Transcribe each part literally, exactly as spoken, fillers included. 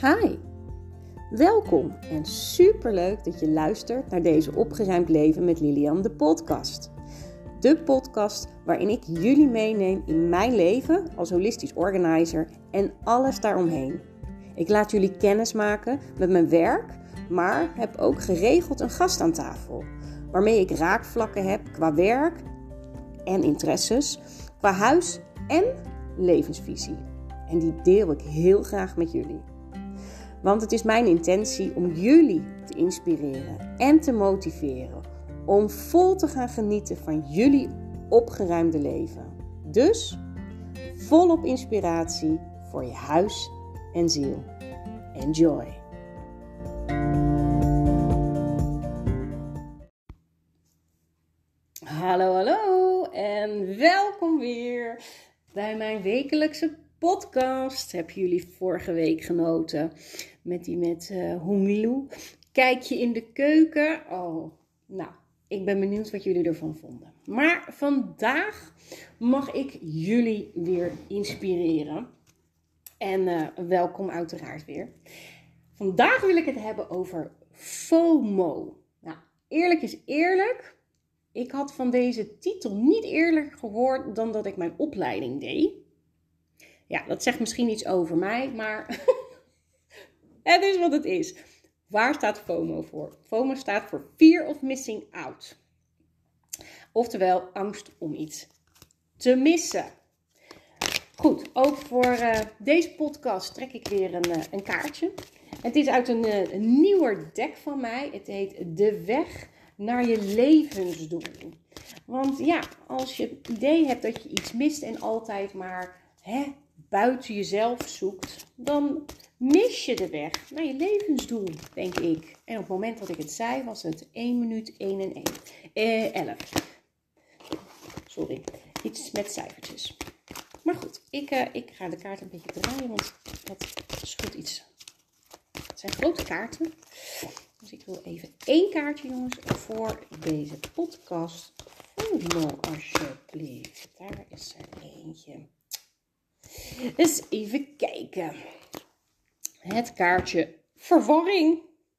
Hi, welkom en superleuk dat je luistert naar deze Opgeruimd Leven met Lilian, de podcast. De podcast waarin ik jullie meeneem in mijn leven als holistisch organizer en alles daaromheen. Ik laat jullie kennis maken met mijn werk, maar heb ook geregeld een gast aan tafel, waarmee ik raakvlakken heb qua werk en interesses, qua huis en levensvisie. En die deel ik heel graag met jullie. Want het is mijn intentie om jullie te inspireren en te motiveren om vol te gaan genieten van jullie opgeruimde leven. Dus volop inspiratie voor je huis en ziel. Enjoy! Hallo, hallo en welkom weer bij mijn wekelijkse podcast. Hebben jullie vorige week genoten met die met uh, Hoemilou? Kijk je in de keuken? Oh, nou, ik ben benieuwd wat jullie ervan vonden. Maar vandaag mag ik jullie weer inspireren. En uh, welkom uiteraard weer. Vandaag wil ik het hebben over FOMO. Nou, eerlijk is eerlijk. Ik had van deze titel niet eerder gehoord dan dat ik mijn opleiding deed. Ja, dat zegt misschien iets over mij, maar het is wat het is. Waar staat FOMO voor? FOMO staat voor Fear of Missing Out. Oftewel, angst om iets te missen. Goed, ook voor uh, deze podcast trek ik weer een, uh, een kaartje. Het is uit een, uh, een nieuwer deck van mij. Het heet De Weg naar je levensdoel. Want ja, als je het idee hebt dat je iets mist en altijd maar hè, buiten jezelf zoekt, dan mis je de weg naar je levensdoel, denk ik. En op het moment dat ik het zei, was het één minuut één en één. Eh, elf. Sorry, iets met cijfertjes. Maar goed, ik, uh, ik ga de kaart een beetje draaien, want dat schudt iets. Het zijn grote kaarten. Dus ik wil even één kaartje, jongens, voor deze podcast. FOMO, alsjeblieft. Daar is er eentje. Dus even kijken. Het kaartje verwarring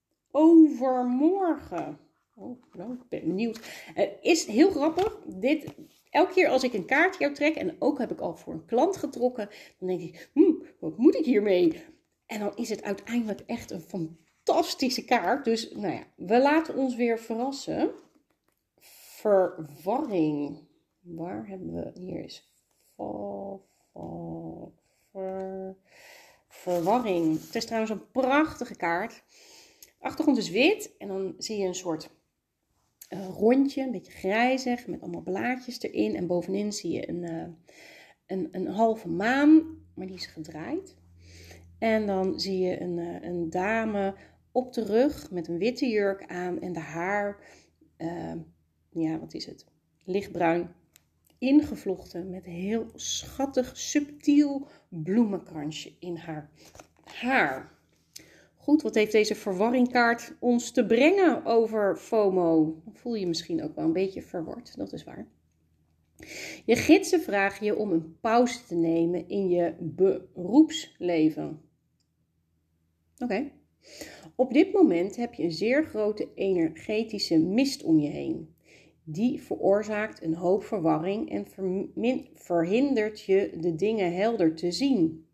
overmorgen. Oh, nou, ik ben benieuwd. Het uh, is heel grappig. Dit, elke keer als ik een kaartje trek, en ook heb ik al voor een klant getrokken, dan denk ik, hm, wat moet ik hiermee? En dan is het uiteindelijk echt een fantastische kaart. Dus, nou ja, we laten ons weer verrassen. Verwarring. Waar hebben we? Hier is ver, ver, ver, verwarring. Het is trouwens een prachtige kaart. De achtergrond is wit en dan zie je een soort uh, rondje, een beetje grijzig, met allemaal blaadjes erin. En bovenin zie je een, uh, een, een halve maan, maar die is gedraaid. En dan zie je een, uh, een dame op de rug met een witte jurk aan en de haar, uh, ja wat is het, lichtbruin, ingevlochten met een heel schattig, subtiel bloemenkransje in haar haar. Goed, wat heeft deze verwarringkaart ons te brengen over FOMO? Dan voel je je misschien ook wel een beetje verward, dat is waar. Je gidsen vragen je om een pauze te nemen in je beroepsleven. Oké. Okay. Op dit moment heb je een zeer grote energetische mist om je heen. Die veroorzaakt een hoop verwarring en vermin- verhindert je de dingen helder te zien.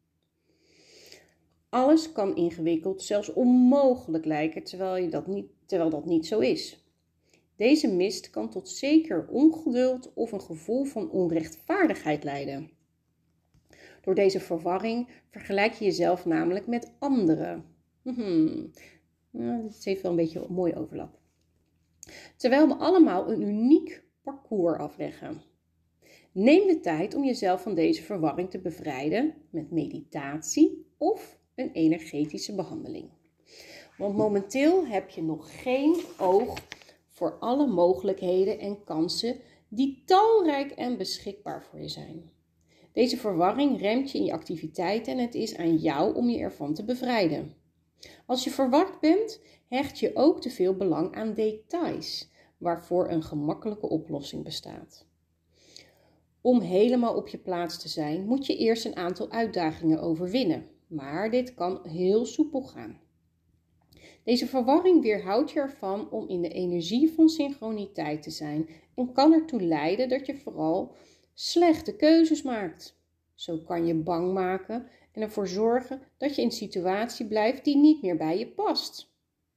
Alles kan ingewikkeld, zelfs onmogelijk lijken, terwijl, je dat, niet, terwijl dat niet zo is. Deze mist kan tot zeker ongeduld of een gevoel van onrechtvaardigheid leiden. Door deze verwarring vergelijk je jezelf namelijk met anderen. Hmm. Nou, dit heeft wel een beetje een mooi overlap. Terwijl we allemaal een uniek parcours afleggen. Neem de tijd om jezelf van deze verwarring te bevrijden met meditatie of een energetische behandeling. Want momenteel heb je nog geen oog voor alle mogelijkheden en kansen die talrijk en beschikbaar voor je zijn. Deze verwarring remt je in je activiteiten en het is aan jou om je ervan te bevrijden. Als je verward bent, hecht je ook te veel belang aan details, waarvoor een gemakkelijke oplossing bestaat. Om helemaal op je plaats te zijn, moet je eerst een aantal uitdagingen overwinnen. maar dit kan heel soepel gaan. Deze verwarring weerhoudt je ervan om in de energie van synchroniteit te zijn en kan ertoe leiden dat je vooral slechte keuzes maakt. Zo kan je bang maken en ervoor zorgen dat je in een situatie blijft die niet meer bij je past.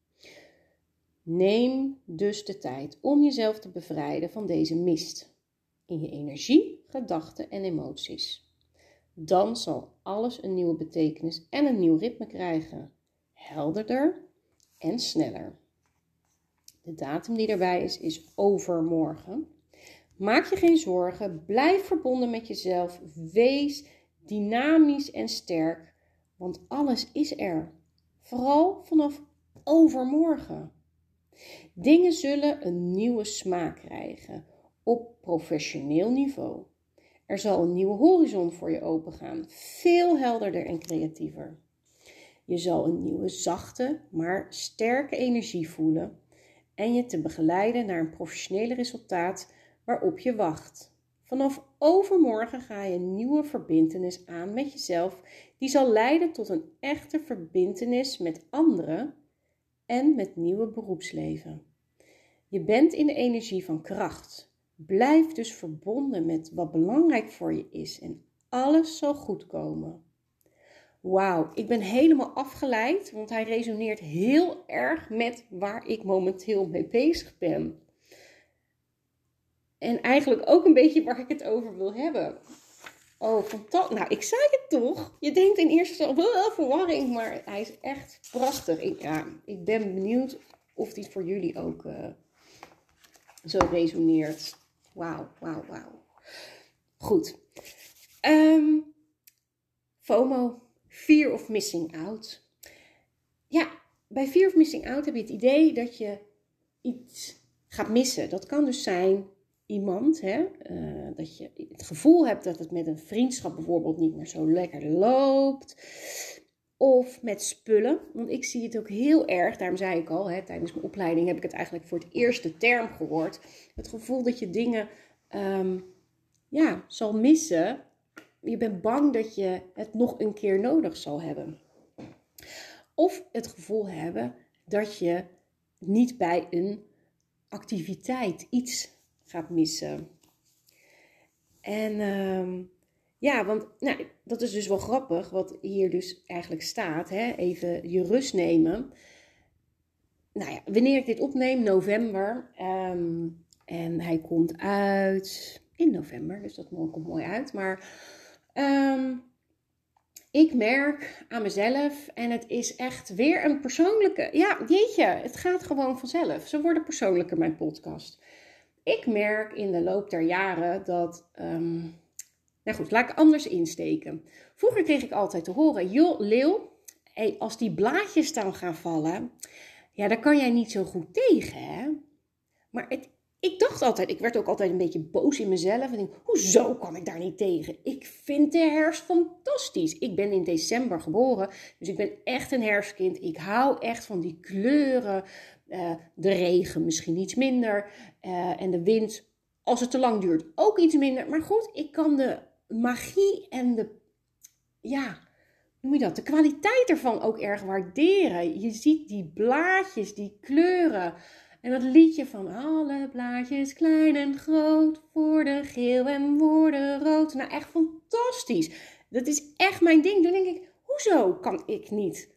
Neem dus de tijd om jezelf te bevrijden van deze mist in je energie, gedachten en emoties. Dan zal alles een nieuwe betekenis en een nieuw ritme krijgen. Helderder en sneller. De datum die erbij is, is overmorgen. Maak je geen zorgen, blijf verbonden met jezelf, wees dynamisch en sterk, want alles is er. Vooral vanaf overmorgen. Dingen zullen een nieuwe smaak krijgen op professioneel niveau. Er zal een nieuwe horizon voor je opengaan, veel helderder en creatiever. Je zal een nieuwe zachte, maar sterke energie voelen en je te begeleiden naar een professionele resultaat waarop je wacht. Vanaf overmorgen ga je een nieuwe verbintenis aan met jezelf, die zal leiden tot een echte verbintenis met anderen en met nieuwe beroepsleven. Je bent in de energie van kracht. Blijf dus verbonden met wat belangrijk voor je is en alles zal goed komen. Wauw, ik ben helemaal afgeleid, want hij resoneert heel erg met waar ik momenteel mee bezig ben. En eigenlijk ook een beetje waar ik het over wil hebben. Oh, fantastisch. Nou, ik zei het toch. Je denkt in eerste instantie wel verwarring, maar hij is echt prachtig. Ik, ja, ik ben benieuwd of die voor jullie ook uh, zo resoneert. Wauw, wauw, wauw. Goed. Um, FOMO. Fear of missing out. Ja, bij fear of missing out heb je het idee dat je iets gaat missen. Dat kan dus zijn iemand, hè, uh, dat je het gevoel hebt dat het met een vriendschap bijvoorbeeld niet meer zo lekker loopt. Of met spullen, want ik zie het ook heel erg, daarom zei ik al, hè, tijdens mijn opleiding heb ik het eigenlijk voor het eerst de term gehoord. Het gevoel dat je dingen um, ja, zal missen. Je bent bang dat je het nog een keer nodig zal hebben. Of het gevoel hebben dat je niet bij een activiteit iets gaat missen. En um, ja, want nou, dat is dus wel grappig wat hier dus eigenlijk staat. Hè? Even je rust nemen. Nou ja, wanneer ik dit opneem, november. Um, en hij komt uit in november, dus dat komt mooi uit. Maar um, ik merk aan mezelf, en het is echt weer een persoonlijke... Ja, jeetje, het gaat gewoon vanzelf. Ze worden persoonlijker, mijn podcast. Ik merk in de loop der jaren dat... Um, nou goed, laat ik anders insteken. Vroeger kreeg ik altijd te horen... Joh, Leeuw, hey, als die blaadjes dan gaan vallen... Ja, daar kan jij niet zo goed tegen, hè? Maar het, ik dacht altijd... Ik werd ook altijd een beetje boos in mezelf. En denk, hoezo kan ik daar niet tegen? Ik vind de herfst fantastisch. Ik ben in december geboren. Dus ik ben echt een herfstkind. Ik hou echt van die kleuren... Uh, de regen misschien iets minder. Uh, en de wind, als het te lang duurt, ook iets minder. Maar goed, ik kan de magie en de, ja, hoe noem je dat? De kwaliteit ervan ook erg waarderen. Je ziet die blaadjes, die kleuren. En dat liedje van alle blaadjes, klein en groot, worden geel en worden rood. Nou, echt fantastisch. Dat is echt mijn ding. Dan denk ik, hoezo kan ik niet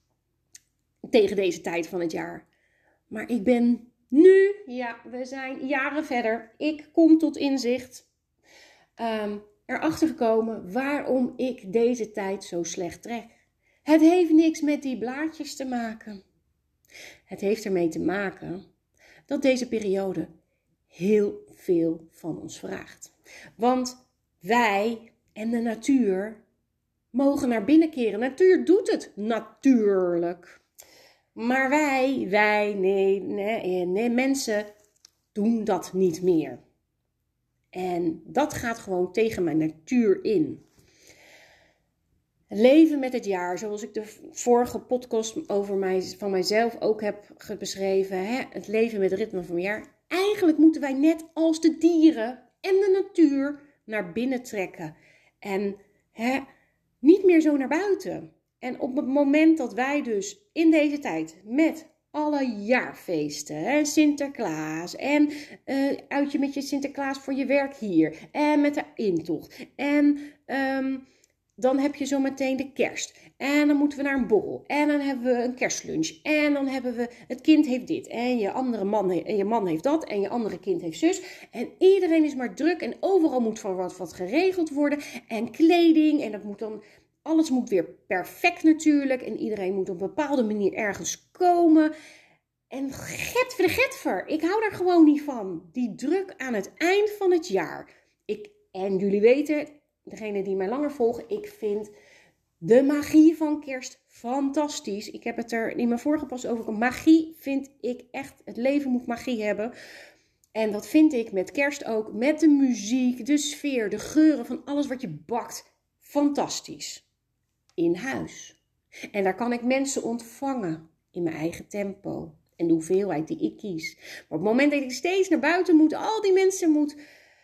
tegen deze tijd van het jaar? Maar ik ben nu, ja, we zijn jaren verder. Ik kom tot inzicht. Um, erachter gekomen waarom ik deze tijd zo slecht trek. Het heeft niks met die blaadjes te maken. Het heeft ermee te maken dat deze periode heel veel van ons vraagt. Want wij en de natuur mogen naar binnen keren. Natuur doet het natuurlijk. Maar wij, wij, nee, nee, nee, mensen doen dat niet meer. En dat gaat gewoon tegen mijn natuur in. Leven met het jaar, zoals ik de vorige podcast over mij, van mijzelf ook heb beschreven. Hè? Het leven met het ritme van mijn jaar. Eigenlijk moeten wij net als de dieren en de natuur naar binnen trekken. En hè, niet meer zo naar buiten. En op het moment dat wij dus in deze tijd met alle jaarfeesten, hè, Sinterklaas en uh, uitje met je Sinterklaas voor je werk hier en met de intocht en um, dan heb je zo meteen de kerst en dan moeten we naar een borrel en dan hebben we een kerstlunch en dan hebben we, het kind heeft dit en je andere man, en je man heeft dat en je andere kind heeft zus en iedereen is maar druk en overal moet van wat, wat geregeld worden en kleding en dat moet dan, alles moet weer perfect natuurlijk en iedereen moet op een bepaalde manier ergens komen en getver de getver, ik hou daar gewoon niet van, die druk aan het eind van het jaar. Ik, en jullie weten, degene die mij langer volgen, ik vind de magie van kerst fantastisch. Ik heb het er in mijn vorige pas over. Magie vind ik echt, het leven moet magie hebben. En dat vind ik met kerst ook, met de muziek, de sfeer, de geuren van alles wat je bakt. Fantastisch. In huis. En daar kan ik mensen ontvangen in mijn eigen tempo. En de hoeveelheid die ik kies. Maar op het moment dat ik steeds naar buiten moet, al die mensen moet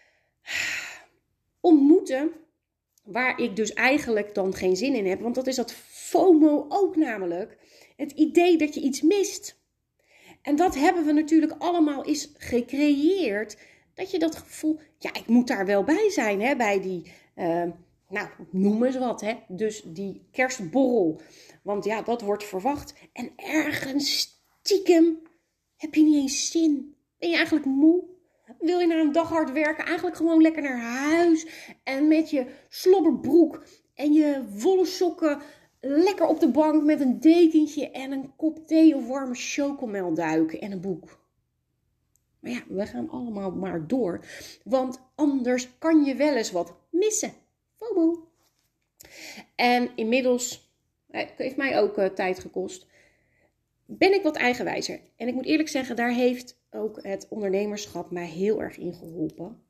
ontmoeten, waar ik dus eigenlijk dan geen zin in heb. Want dat is dat FOMO ook namelijk. Het idee dat je iets mist. En dat hebben we natuurlijk allemaal eens gecreëerd. Dat je dat gevoel, ja, ik moet daar wel bij zijn, hè, bij die, uh, nou, noem eens wat, hè. Dus die kerstborrel. Want ja, dat wordt verwacht. En ergens stiekem heb je niet eens zin. Ben je eigenlijk moe? Wil je na een dag hard werken eigenlijk gewoon lekker naar huis en met je slobberbroek en je wollen sokken lekker op de bank met een dekentje en een kop thee of warme chocomel duiken en een boek. Maar ja, we gaan allemaal maar door, want anders kan je wel eens wat missen. FOMO. En inmiddels, het heeft mij ook uh, tijd gekost, ben ik wat eigenwijzer. En ik moet eerlijk zeggen, daar heeft ook het ondernemerschap mij heel erg in geholpen.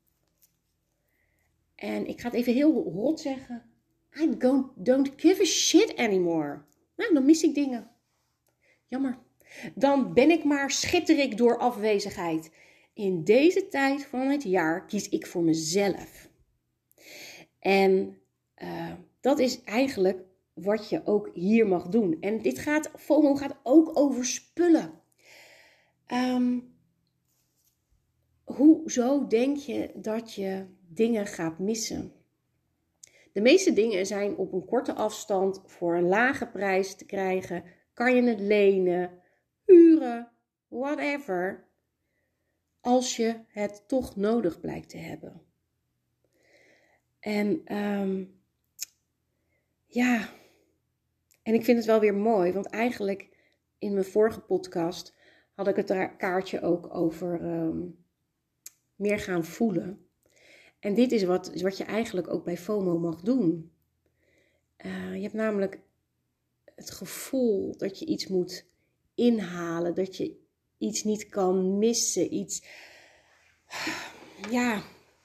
En ik ga het even heel rot zeggen. I don't, don't give a shit anymore. Nou, dan mis ik dingen. Jammer. Dan ben ik maar, schitter ik door afwezigheid. In deze tijd van het jaar kies ik voor mezelf. En uh, dat is eigenlijk wat je ook hier mag doen. En dit gaat, FOMO gaat ook over spullen. Um, Hoezo denk je dat je dingen gaat missen? De meeste dingen zijn op een korte afstand voor een lage prijs te krijgen. Kan je het lenen, huren, whatever. Als je het toch nodig blijkt te hebben. En um, ja, en ik vind het wel weer mooi. Want eigenlijk in mijn vorige podcast had ik het kaartje ook over um, meer gaan voelen. En dit is wat, wat je eigenlijk ook bij FOMO mag doen. Uh, je hebt namelijk het gevoel dat je iets moet inhalen. Dat je iets niet kan missen. Iets, ja.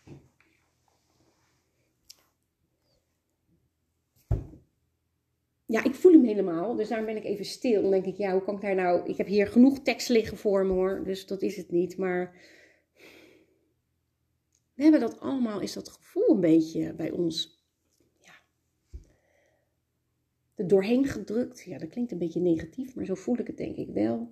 Ja, ik voel hem helemaal. Dus daarom ben ik even stil. Dan denk ik, ja, hoe kan ik daar nou... Ik heb hier genoeg tekst liggen voor me hoor. Dus dat is het niet. Maar we hebben dat allemaal, is dat gevoel een beetje bij ons, ja, er doorheen gedrukt. Ja, dat klinkt een beetje negatief, maar zo voel ik het denk ik wel.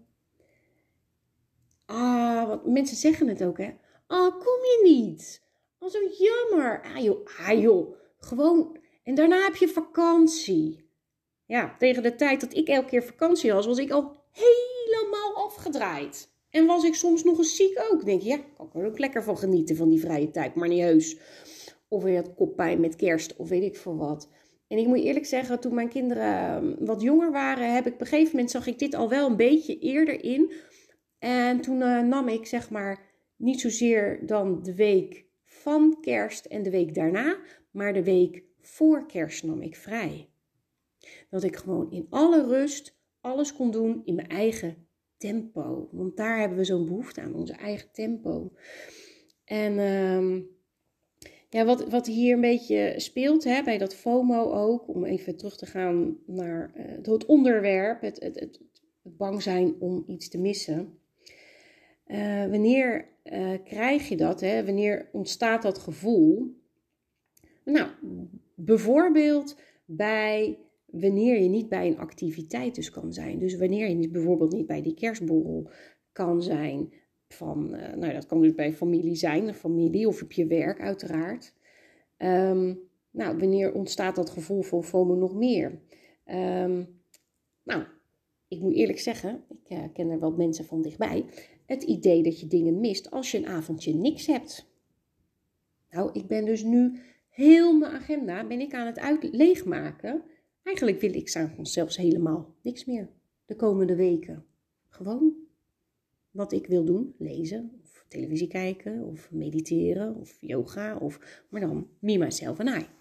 Ah, want mensen zeggen het ook, hè. Ah, kom je niet? Oh, zo jammer. Ah joh, ah joh. Gewoon, en daarna heb je vakantie. Ja, tegen de tijd dat ik elke keer vakantie had, was ik al helemaal afgedraaid. En was ik soms nog eens ziek ook. Denk je, ja, kan ik er ook lekker van genieten van die vrije tijd, maar niet heus. Of weer het koppijn met kerst, of weet ik veel wat. En ik moet eerlijk zeggen, toen mijn kinderen wat jonger waren, heb ik op een gegeven moment, zag ik dit al wel een beetje eerder in. En toen uh, nam ik, zeg maar, niet zozeer dan de week van kerst en de week daarna, maar de week voor kerst nam ik vrij. Dat ik gewoon in alle rust alles kon doen in mijn eigen tempo. Want daar hebben we zo'n behoefte aan, onze eigen tempo. En um, ja, wat, wat hier een beetje speelt, hè, bij dat FOMO ook, om even terug te gaan naar uh, het onderwerp, het, het, het, het bang zijn om iets te missen. Uh, wanneer uh, krijg je dat? Hè? Wanneer ontstaat dat gevoel? Nou, bijvoorbeeld bij wanneer je niet bij een activiteit dus kan zijn. Dus wanneer je bijvoorbeeld niet bij die kerstborrel kan zijn. Van, uh, nou, dat kan dus bij familie zijn, een familie of op je werk uiteraard. Um, nou, wanneer ontstaat dat gevoel van FOMO nog meer? Um, nou, ik moet eerlijk zeggen, ik uh, ken er wel mensen van dichtbij. Het idee dat je dingen mist als je een avondje niks hebt. Nou, ik ben dus nu heel mijn agenda ben ik aan het uit leegmaken. Eigenlijk wil ik s'avonds zelfs helemaal niks meer de komende weken. Gewoon wat ik wil doen, lezen of televisie kijken of mediteren of yoga of maar dan me, myself en I.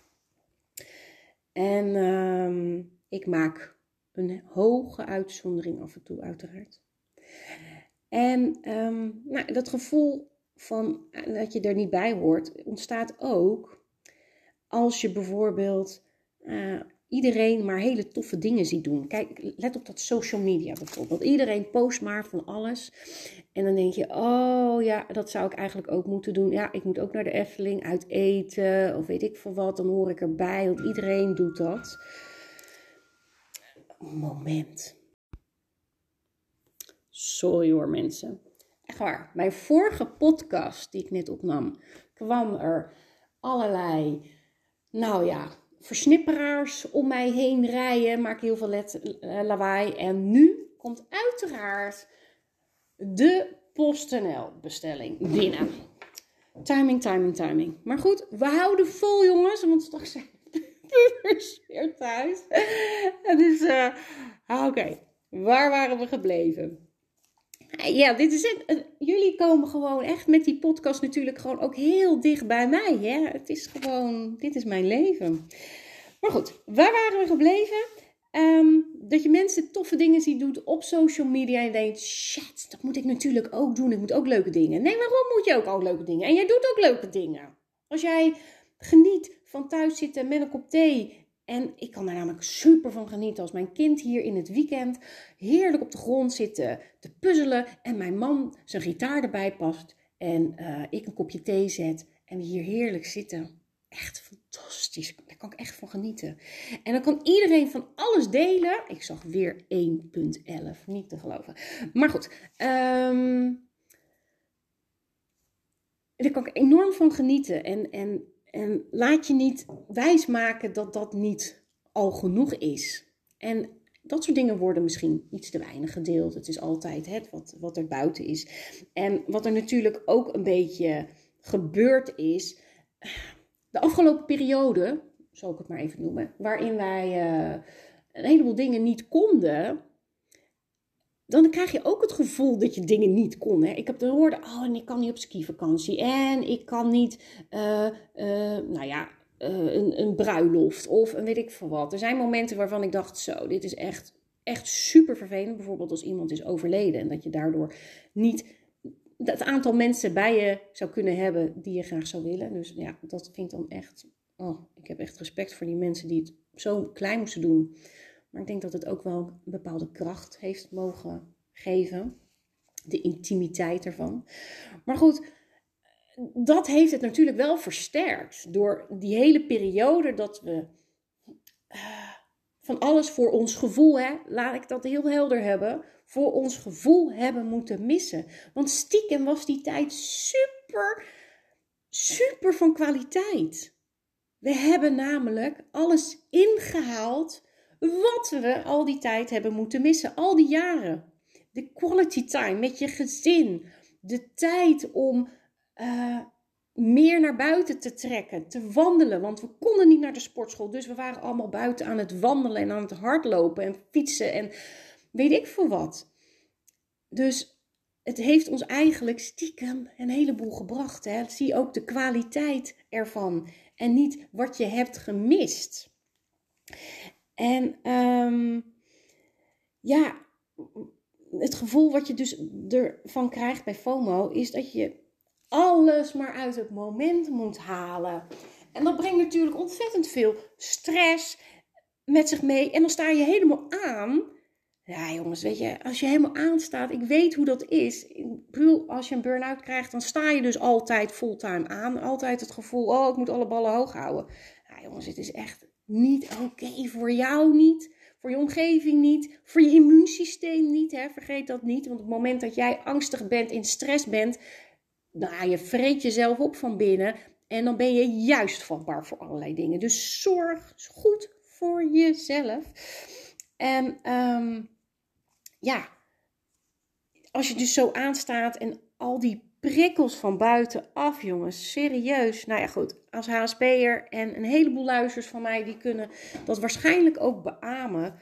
En um, ik maak een hoge uitzondering af en toe uiteraard. En um, nou, dat gevoel van dat je er niet bij hoort ontstaat ook als je bijvoorbeeld uh, iedereen maar hele toffe dingen ziet doen. Kijk, let op dat social media bijvoorbeeld. Iedereen post maar van alles. En dan denk je, oh ja, dat zou ik eigenlijk ook moeten doen. Ja, ik moet ook naar de Efteling uit eten of weet ik veel wat. Dan hoor ik erbij, want iedereen doet dat. Moment. Sorry hoor mensen. Echt waar. Mijn vorige podcast die ik net opnam, kwam er allerlei, nou ja, versnipperaars om mij heen rijden. Maak heel veel let, uh, lawaai. En nu komt uiteraard de PostNL bestelling binnen. Timing, timing, timing. Maar goed, we houden vol jongens, want straks zijn we weer thuis. Dus, uh, oké, okay. Waar waren we gebleven? Ja, dit is het. Jullie komen gewoon echt met die podcast natuurlijk gewoon ook heel dicht bij mij. Hè? Het is gewoon, dit is mijn leven. Maar goed, waar waren we gebleven? Um, dat je mensen toffe dingen ziet doen op social media en je denkt, shit, dat moet ik natuurlijk ook doen. Ik moet ook leuke dingen. Nee, waarom moet je ook al leuke dingen? En jij doet ook leuke dingen. Als jij geniet van thuis zitten met een kop thee. En ik kan daar namelijk super van genieten als mijn kind hier in het weekend heerlijk op de grond zit te, te puzzelen. En mijn man zijn gitaar erbij past. En uh, ik een kopje thee zet. En we hier heerlijk zitten. Echt fantastisch. Daar kan ik echt van genieten. En dan kan iedereen van alles delen. Ik zag weer één punt elf. Niet te geloven. Maar goed. Um, daar kan ik enorm van genieten. En... en En laat je niet wijsmaken dat dat niet al genoeg is. En dat soort dingen worden misschien iets te weinig gedeeld. Het is altijd het wat, wat er buiten is. En wat er natuurlijk ook een beetje gebeurd is. De afgelopen periode, zal ik het maar even noemen. Waarin wij uh, een heleboel dingen niet konden. Dan krijg je ook het gevoel dat je dingen niet kon. Hè? Ik heb de woorden, oh, en ik kan niet op skivakantie. En ik kan niet, uh, uh, nou ja, uh, een, een bruiloft of een weet ik veel wat. Er zijn momenten waarvan ik dacht, zo, dit is echt, echt super vervelend. Bijvoorbeeld als iemand is overleden en dat je daardoor niet het aantal mensen bij je zou kunnen hebben die je graag zou willen. Dus ja, dat vind ik dan echt, oh, ik heb echt respect voor die mensen die het zo klein moesten doen. Maar ik denk dat het ook wel een bepaalde kracht heeft mogen geven. De intimiteit ervan. Maar goed, dat heeft het natuurlijk wel versterkt. Door die hele periode dat we uh, van alles voor ons gevoel, hè, laat ik dat heel helder hebben, voor ons gevoel hebben moeten missen. Want stiekem was die tijd super, super van kwaliteit. We hebben namelijk alles ingehaald wat we al die tijd hebben moeten missen. Al die jaren. De quality time met je gezin. De tijd om uh, meer naar buiten te trekken. Te wandelen. Want we konden niet naar de sportschool. Dus we waren allemaal buiten aan het wandelen. En aan het hardlopen. En fietsen. En weet ik veel wat. Dus het heeft ons eigenlijk stiekem een heleboel gebracht. Hè? Zie ook de kwaliteit ervan. En niet wat je hebt gemist. En um, ja, het gevoel wat je dus ervan krijgt bij FOMO is dat je alles maar uit het moment moet halen. En dat brengt natuurlijk ontzettend veel stress met zich mee. En dan sta je helemaal aan. Ja jongens, weet je, als je helemaal aanstaat, ik weet hoe dat is. Ik bedoel, als je een burn-out krijgt, dan sta je dus altijd fulltime aan. Altijd het gevoel, oh ik moet alle ballen hoog houden. Ja jongens, het is echt niet oké okay voor jou niet. Voor je omgeving niet. Voor je immuunsysteem niet. Hè? Vergeet dat niet. Want op het moment dat jij angstig bent, in stress bent. Nou, je vreet jezelf op van binnen. En dan ben je juist vatbaar voor allerlei dingen. Dus zorg goed voor jezelf. En um, ja, als je dus zo aanstaat en al die prikkels van buitenaf, jongens, serieus. Nou ja, goed, als H S P'er en een heleboel luisters van mij, die kunnen dat waarschijnlijk ook beamen.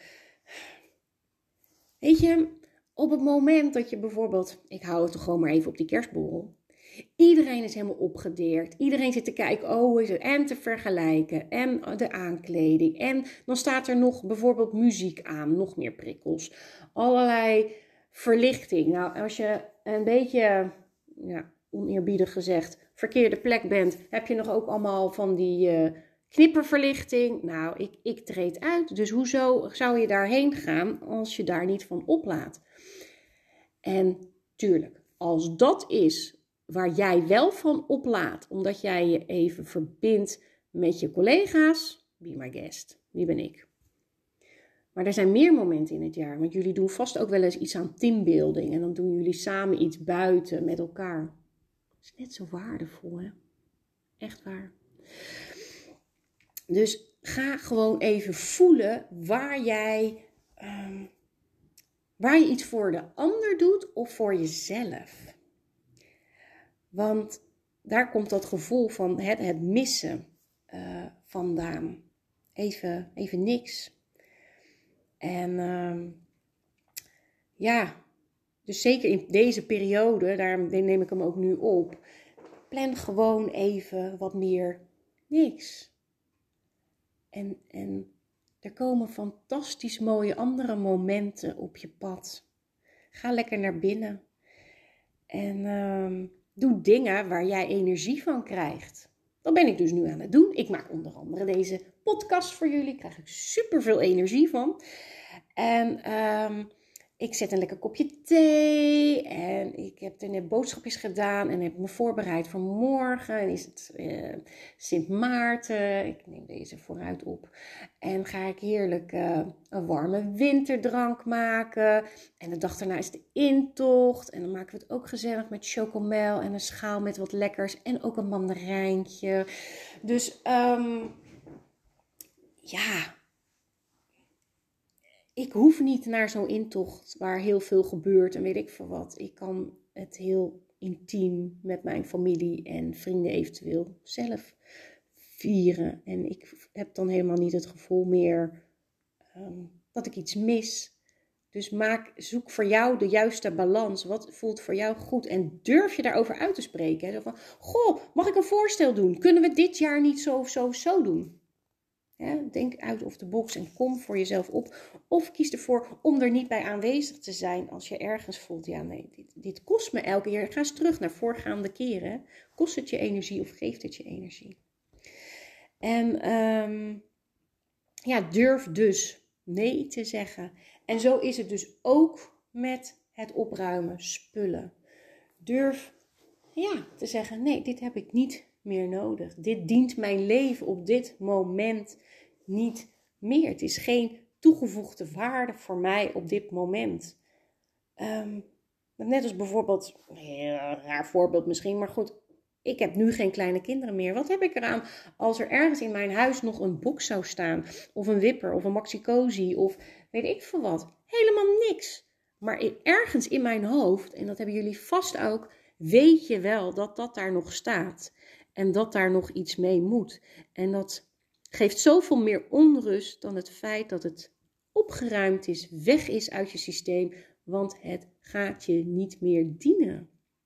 Weet je, op het moment dat je bijvoorbeeld, ik hou het toch gewoon maar even op die kerstborrel. Iedereen is helemaal opgedeerd. Iedereen zit te kijken, oh, is het en te vergelijken. En de aankleding. En dan staat er nog bijvoorbeeld muziek aan. Nog meer prikkels. Allerlei verlichting. Nou, als je een beetje, ja, oneerbiedig gezegd, verkeerde plek bent, heb je nog ook allemaal van die uh, knipperverlichting. Nou, ik, ik treed uit. Dus hoezo zou je daarheen gaan als je daar niet van oplaat? En tuurlijk, als dat is waar jij wel van oplaat, omdat jij je even verbindt met je collega's, be my guest. Wie ben ik? Maar er zijn meer momenten in het jaar, want jullie doen vast ook wel eens iets aan teambuilding en dan doen jullie samen iets buiten met elkaar. Dat is net zo waardevol, hè? Echt waar. Dus ga gewoon even voelen waar jij, um, waar je iets voor de ander doet of voor jezelf. Want daar komt dat gevoel van het, het missen uh, vandaan. Even, even niks. En uh, ja, dus zeker in deze periode, daarom neem ik hem ook nu op. Plan gewoon even wat meer niks. En, en er komen fantastisch mooie andere momenten op je pad. Ga lekker naar binnen. En Uh, Doe dingen waar jij energie van krijgt. Dat ben ik dus nu aan het doen. Ik maak onder andere deze podcast voor jullie. Daar krijg ik super veel energie van. En um, ik zet een lekker kopje thee. En ik heb er net boodschapjes gedaan. En heb me voorbereid voor morgen. En is het uh, Sint Maarten. Ik neem deze vooruit op. En ga ik heerlijk uh, een warme winterdrank maken. En de dag daarna is de intocht. En dan maken we het ook gezellig met chocomel. En een schaal met wat lekkers. En ook een mandarijntje. Dus um, ja... Ik hoef niet naar zo'n intocht waar heel veel gebeurt en weet ik veel wat. Ik kan het heel intiem met mijn familie en vrienden eventueel zelf vieren. En ik heb dan helemaal niet het gevoel meer um, dat ik iets mis. Dus maak, zoek voor jou de juiste balans. Wat voelt voor jou goed? En durf je daarover uit te spreken. Hè? Zo van, goh, mag ik een voorstel doen? Kunnen we dit jaar niet zo of zo of zo doen? Ja, denk uit of de box en kom voor jezelf op. Of kies ervoor om er niet bij aanwezig te zijn als je ergens voelt. Ja, nee, dit, dit kost me elke keer. Ga eens terug naar voorgaande keren. Kost het je energie of geeft het je energie? En um, ja, durf dus nee te zeggen. En zo is het dus ook met het opruimen, spullen. Durf ja, te zeggen, nee, dit heb ik niet meer nodig. Dit dient mijn leven op dit moment niet meer. Het is geen toegevoegde waarde voor mij op dit moment. Um, net als bijvoorbeeld, een heel raar voorbeeld misschien, maar goed, ik heb nu geen kleine kinderen meer. Wat heb ik eraan als er ergens in mijn huis nog een box zou staan? Of een wipper, of een maxi-cosi, of weet ik veel wat. Helemaal niks. Maar ergens in mijn hoofd, en dat hebben jullie vast ook, weet je wel dat dat daar nog staat. En dat daar nog iets mee moet. En dat geeft zoveel meer onrust dan het feit dat het opgeruimd is, weg is uit je systeem. Want het gaat je niet meer dienen.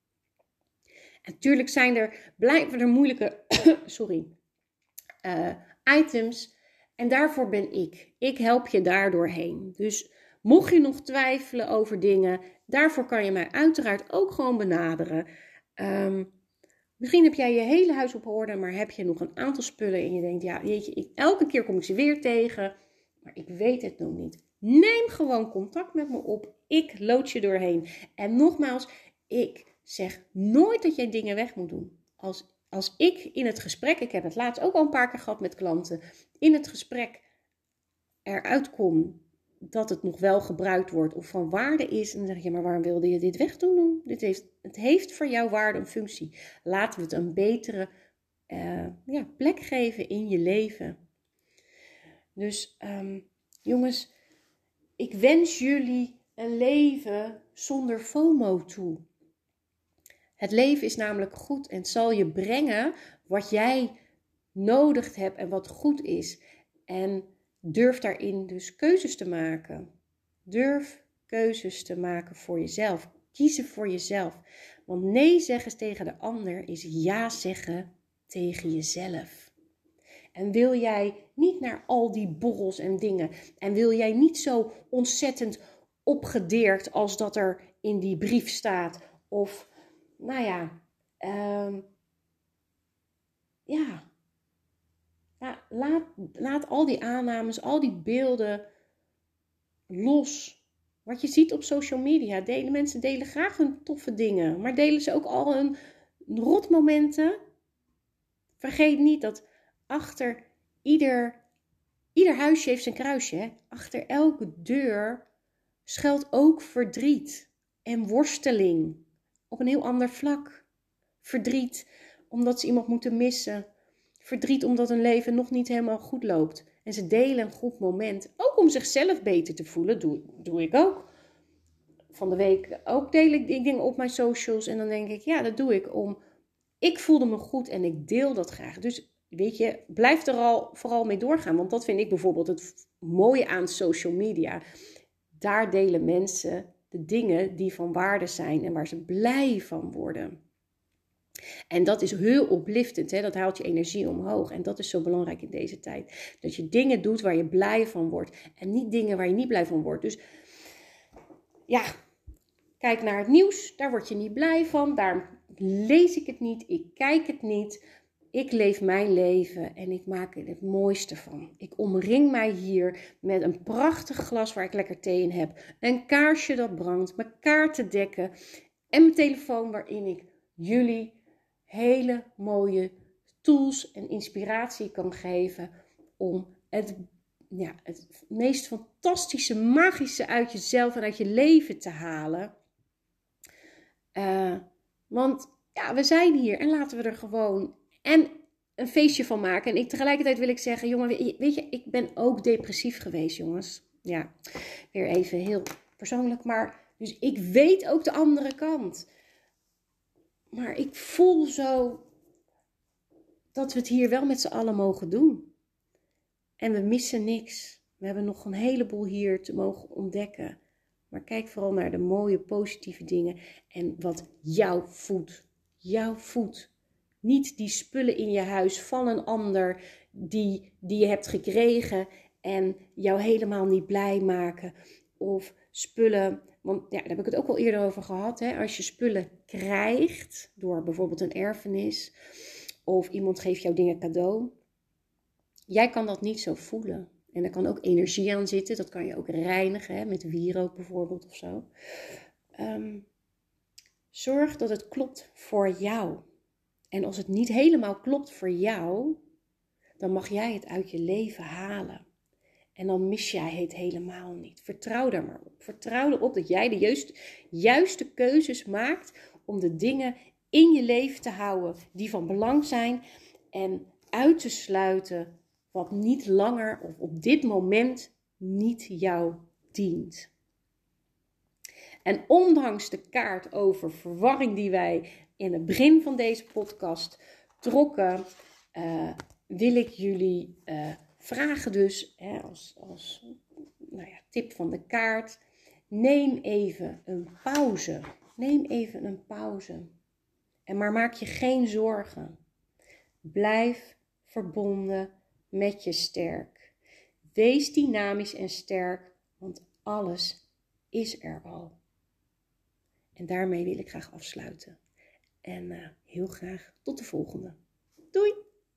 En natuurlijk zijn er, blijven er moeilijke sorry, uh, items. En daarvoor ben ik. Ik help je daardoor heen. Dus mocht je nog twijfelen over dingen, daarvoor kan je mij uiteraard ook gewoon benaderen. Um, misschien heb jij je hele huis op orde, maar heb je nog een aantal spullen en je denkt, ja, jeetje, ik, elke keer kom ik ze weer tegen, maar ik weet het nog niet. Neem gewoon contact met me op. Ik lood je doorheen. En nogmaals, ik zeg nooit dat jij dingen weg moet doen. Als als ik in het gesprek, ik heb het laatst ook al een paar keer gehad met klanten, in het gesprek eruit kom dat het nog wel gebruikt wordt of van waarde is. En dan zeg je, maar waarom wilde je dit wegdoen? Dit heeft, het heeft voor jou waarde en functie. Laten we het een betere uh, ja, plek geven in je leven. Dus um, jongens, ik wens jullie een leven zonder FOMO toe. Het leven is namelijk goed en het zal je brengen wat jij nodig hebt en wat goed is. En durf daarin dus keuzes te maken. Durf keuzes te maken voor jezelf. Kiezen voor jezelf. Want nee zeggen tegen de ander is ja zeggen tegen jezelf. En wil jij niet naar al die borrels en dingen. En wil jij niet zo ontzettend opgedeerd als dat er in die brief staat. Of, nou ja, um, ja... Ja, laat, laat al die aannames, al die beelden los. Wat je ziet op social media. Delen, mensen delen graag hun toffe dingen. Maar delen ze ook al hun rotmomenten. Vergeet niet dat achter ieder, ieder huisje heeft zijn kruisje. Hè? Achter elke deur schuilt ook verdriet en worsteling. Op een heel ander vlak. Verdriet omdat ze iemand moeten missen. Verdriet omdat hun leven nog niet helemaal goed loopt. En ze delen een goed moment. Ook om zichzelf beter te voelen. Doe, doe ik ook. Van de week ook deel ik die dingen op mijn socials. En dan denk ik, ja, dat doe ik om... Ik voelde me goed en ik deel dat graag. Dus weet je, blijf er al vooral mee doorgaan. Want dat vind ik bijvoorbeeld het mooie aan social media. Daar delen mensen de dingen die van waarde zijn. En waar ze blij van worden. En dat is heel opliftend, hè? Dat haalt je energie omhoog. En dat is zo belangrijk in deze tijd. Dat je dingen doet waar je blij van wordt. En niet dingen waar je niet blij van wordt. Dus ja, kijk naar het nieuws. Daar word je niet blij van. Daar lees ik het niet. Ik kijk het niet. Ik leef mijn leven en ik maak er het mooiste van. Ik omring mij hier met een prachtig glas waar ik lekker thee in heb. Een kaarsje dat brandt. Mijn kaartendekken. En mijn telefoon waarin ik jullie hele mooie tools en inspiratie kan geven om het, ja, het meest fantastische, magische uit jezelf en uit je leven te halen. Uh, want ja, we zijn hier en laten we er gewoon en een feestje van maken. En ik, tegelijkertijd wil ik zeggen, jongen, weet je, ik ben ook depressief geweest, jongens. Ja, weer even heel persoonlijk, maar dus ik weet ook de andere kant. Maar ik voel zo dat we het hier wel met z'n allen mogen doen. En we missen niks. We hebben nog een heleboel hier te mogen ontdekken. Maar kijk vooral naar de mooie, positieve dingen. En wat jou voedt. Jouw voedt. Niet die spullen in je huis van een ander die, die je hebt gekregen en jou helemaal niet blij maken. Of spullen, want ja, daar heb ik het ook al eerder over gehad. Hè? Als je spullen krijgt door bijvoorbeeld een erfenis of iemand geeft jou dingen cadeau. Jij kan dat niet zo voelen. En er kan ook energie aan zitten. Dat kan je ook reinigen, hè? Met wierook bijvoorbeeld of zo. Um, zorg dat het klopt voor jou. En als het niet helemaal klopt voor jou, dan mag jij het uit je leven halen. En dan mis jij het helemaal niet. Vertrouw daar maar op. Vertrouw erop dat jij de juiste, juiste keuzes maakt om de dingen in je leven te houden die van belang zijn. En uit te sluiten wat niet langer of op dit moment niet jou dient. En ondanks de kaart over verwarring die wij in het begin van deze podcast trokken, uh, wil ik jullie uh, vragen dus, hè, als, als nou ja, tip van de kaart, neem even een pauze. Neem even een pauze. En maar maak je geen zorgen. Blijf verbonden met je sterk. Wees dynamisch en sterk, want alles is er al. En daarmee wil ik graag afsluiten. En uh, heel graag tot de volgende. Doei!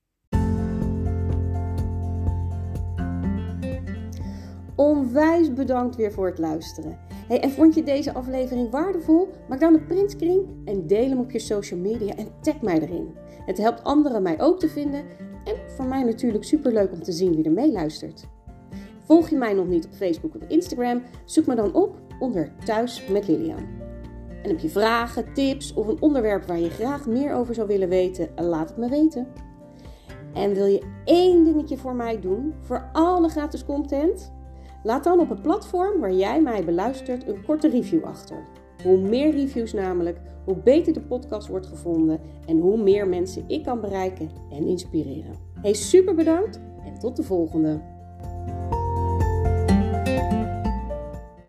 Onwijs bedankt weer voor het luisteren. Hey, en vond je deze aflevering waardevol? Maak dan een printscreen en deel hem op je social media en tag mij erin. Het helpt anderen mij ook te vinden en voor mij natuurlijk superleuk om te zien wie er meeluistert. Volg je mij nog niet op Facebook of Instagram? Zoek me dan op onder Thuis met Lilian. En heb je vragen, tips of een onderwerp waar je graag meer over zou willen weten? Laat het me weten. En wil je één dingetje voor mij doen, voor alle gratis content? Laat dan op het platform waar jij mij beluistert een korte review achter. Hoe meer reviews namelijk, hoe beter de podcast wordt gevonden en hoe meer mensen ik kan bereiken en inspireren. Hey, super bedankt en tot de volgende!